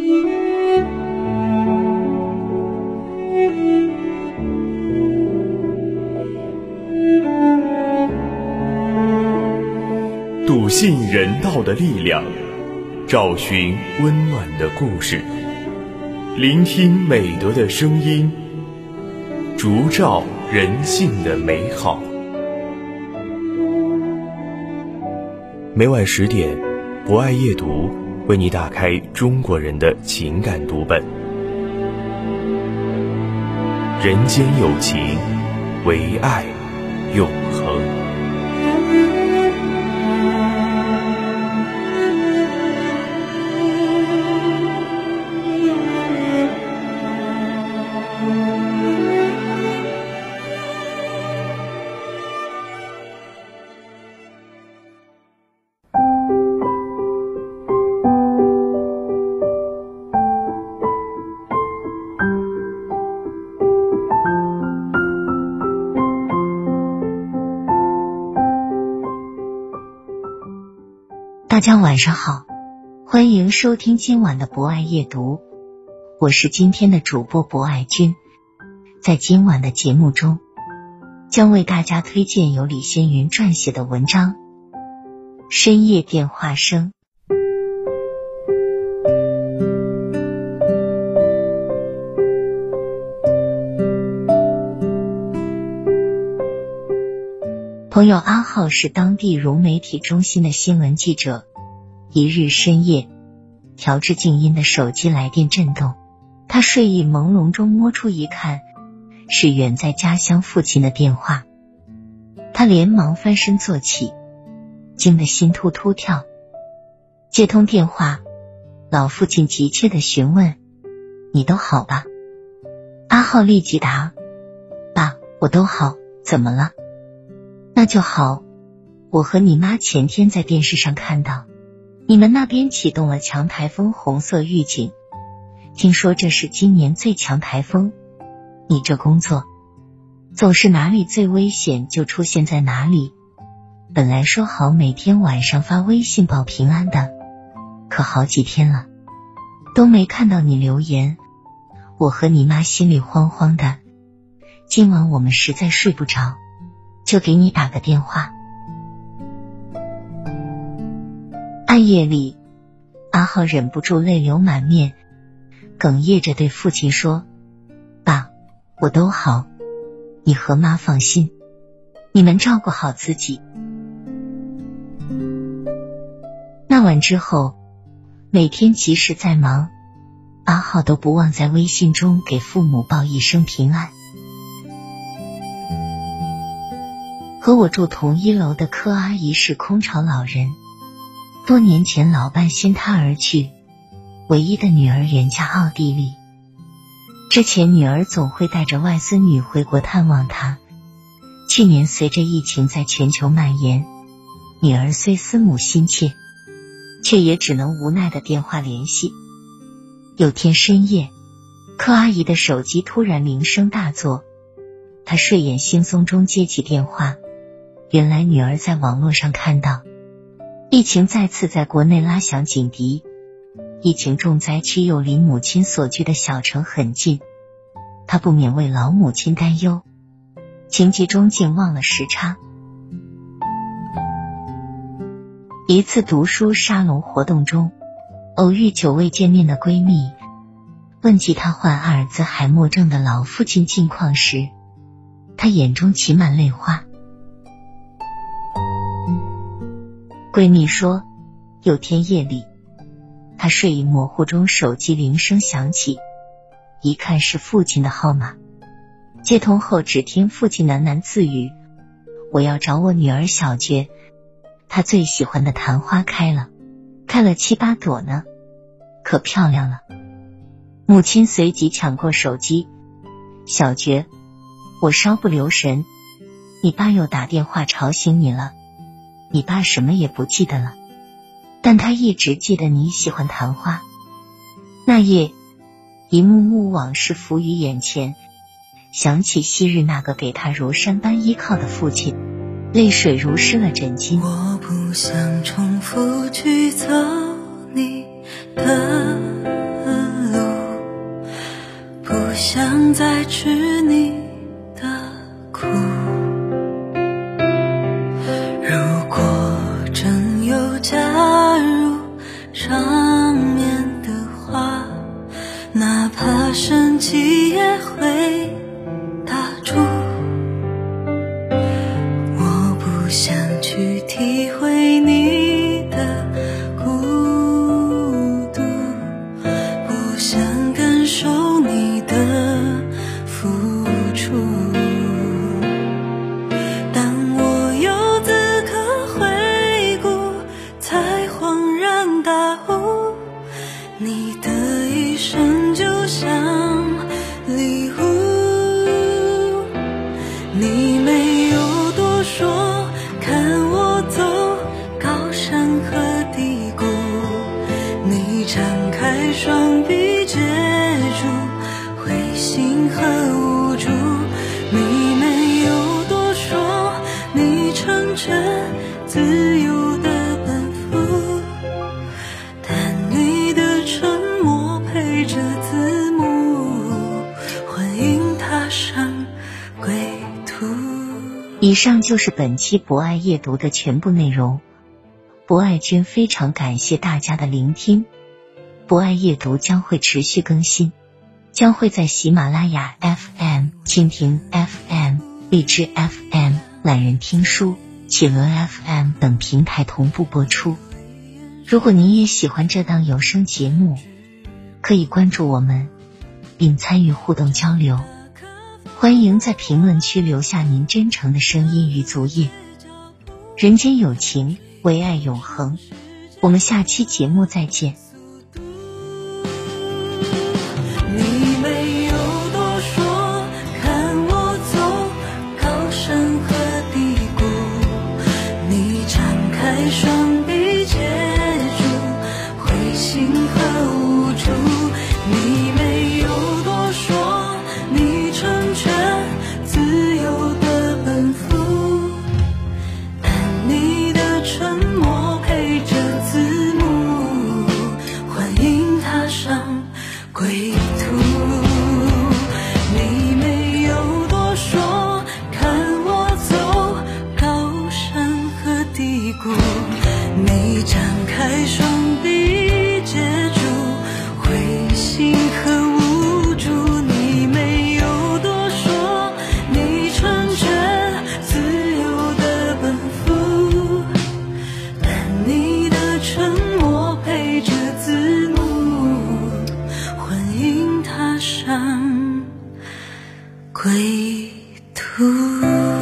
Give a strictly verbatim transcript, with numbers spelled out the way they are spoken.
笃信人道的力量，找寻温暖的故事，聆听美德的声音，烛照人性的美好。每晚十点，博爱夜读为你打开中国人的情感读本。人间有情，唯爱永恒。 大家晚上好，欢迎收听今晚的博爱夜读，我是今天的主播博爱君。在今晚的节目中，将为大家推荐由李仙云撰写的文章《深夜电话声》。朋友阿浩是当地融媒体中心的新闻记者。一日深夜，调至静音的手机来电震动，他睡意朦胧中摸出一看，是远在家乡父亲的电话。他连忙翻身坐起，惊得心突突跳。接通电话，老父亲急切地询问：“你都好吧？”阿浩立即答：“爸，我都好，怎么了？”“那就好，我和你妈前天在电视上看到你们那边启动了强台风红色预警，听说这是今年最强台风。你这工作总是哪里最危险就出现在哪里，本来说好每天晚上发微信报平安的，可好几天了都没看到你留言，我和你妈心里慌慌的，今晚我们实在睡不着，就给你打个电话。”暗夜里，阿浩忍不住泪流满面，哽咽着对父亲说：“爸，我都好，你和妈放心，你们照顾好自己。”那晚之后，每天即使再忙，阿浩都不忘在微信中给父母报一声平安。和我住同一楼的柯阿姨是空巢老人，多年前老伴先她而去，唯一的女儿远嫁奥地利。之前女儿总会带着外孙女回国探望她，去年随着疫情在全球蔓延，女儿虽思母心切，却也只能无奈的电话联系。有天深夜，柯阿姨的手机突然铃声大作，她睡眼惺忪中接起电话，原来女儿在网络上看到疫情再次在国内拉响警笛，疫情重灾区又离母亲所居的小城很近，她不免为老母亲担忧，情急中竟忘了时差。一次读书沙龙活动中，偶遇久未见面的闺蜜，问及她患阿尔兹海默症的老父亲近况时，她眼中起满泪花。闺蜜说，有天夜里，她睡意模糊中手机铃声响起，一看是父亲的号码。接通后只听父亲喃喃自语：“我要找我女儿小珏，她最喜欢的昙花开了，开了七八朵呢，可漂亮了。”母亲随即抢过手机：“小珏，我稍不留神，你爸又打电话吵醒你了。你爸什么也不记得了，但他一直记得你喜欢昙花。”那夜，一幕幕往事浮于眼前，想起昔日那个给他如山般依靠的父亲，泪水如湿了枕巾。 我不想重复去走你的去你的苦。如果真有假如上面的话，哪怕生气也会打住。我不想去体会你的孤独，不想感受你的付出。当我有资格回顾，才恍然大悟，你的一生就像礼物。你没有多说，看我走高山和低谷，你张开双臂接住灰心和无助。你没有多说，你成全自由的奔赴，但你的沉默配着字幕，欢迎踏上归途。 以上就是本期博爱夜读的全部内容。博爱君非常感谢大家的聆听，博爱夜读将会持续更新，将会在喜马拉雅 F M、蜻蜓 F M、荔枝 F M、懒人听书、企鹅 F M 等平台同步播出。如果您也喜欢这档有声节目，可以关注我们并参与互动交流。欢迎在评论区留下您真诚的声音与足印。人间有情，唯爱永恒。我们下期节目再见。 你没有多说，看我走高山和低谷，你张开双臂接住灰心和无助。你没有多说，你成全自由的奔赴，但你的沉默配着字幕，欢迎踏上归途。你没有多说，看我走高山和低谷，你张开双臂接住灰心和无助。你没有多说，你成全自由的奔赴，但你的沉默配着字幕，欢迎踏上归途。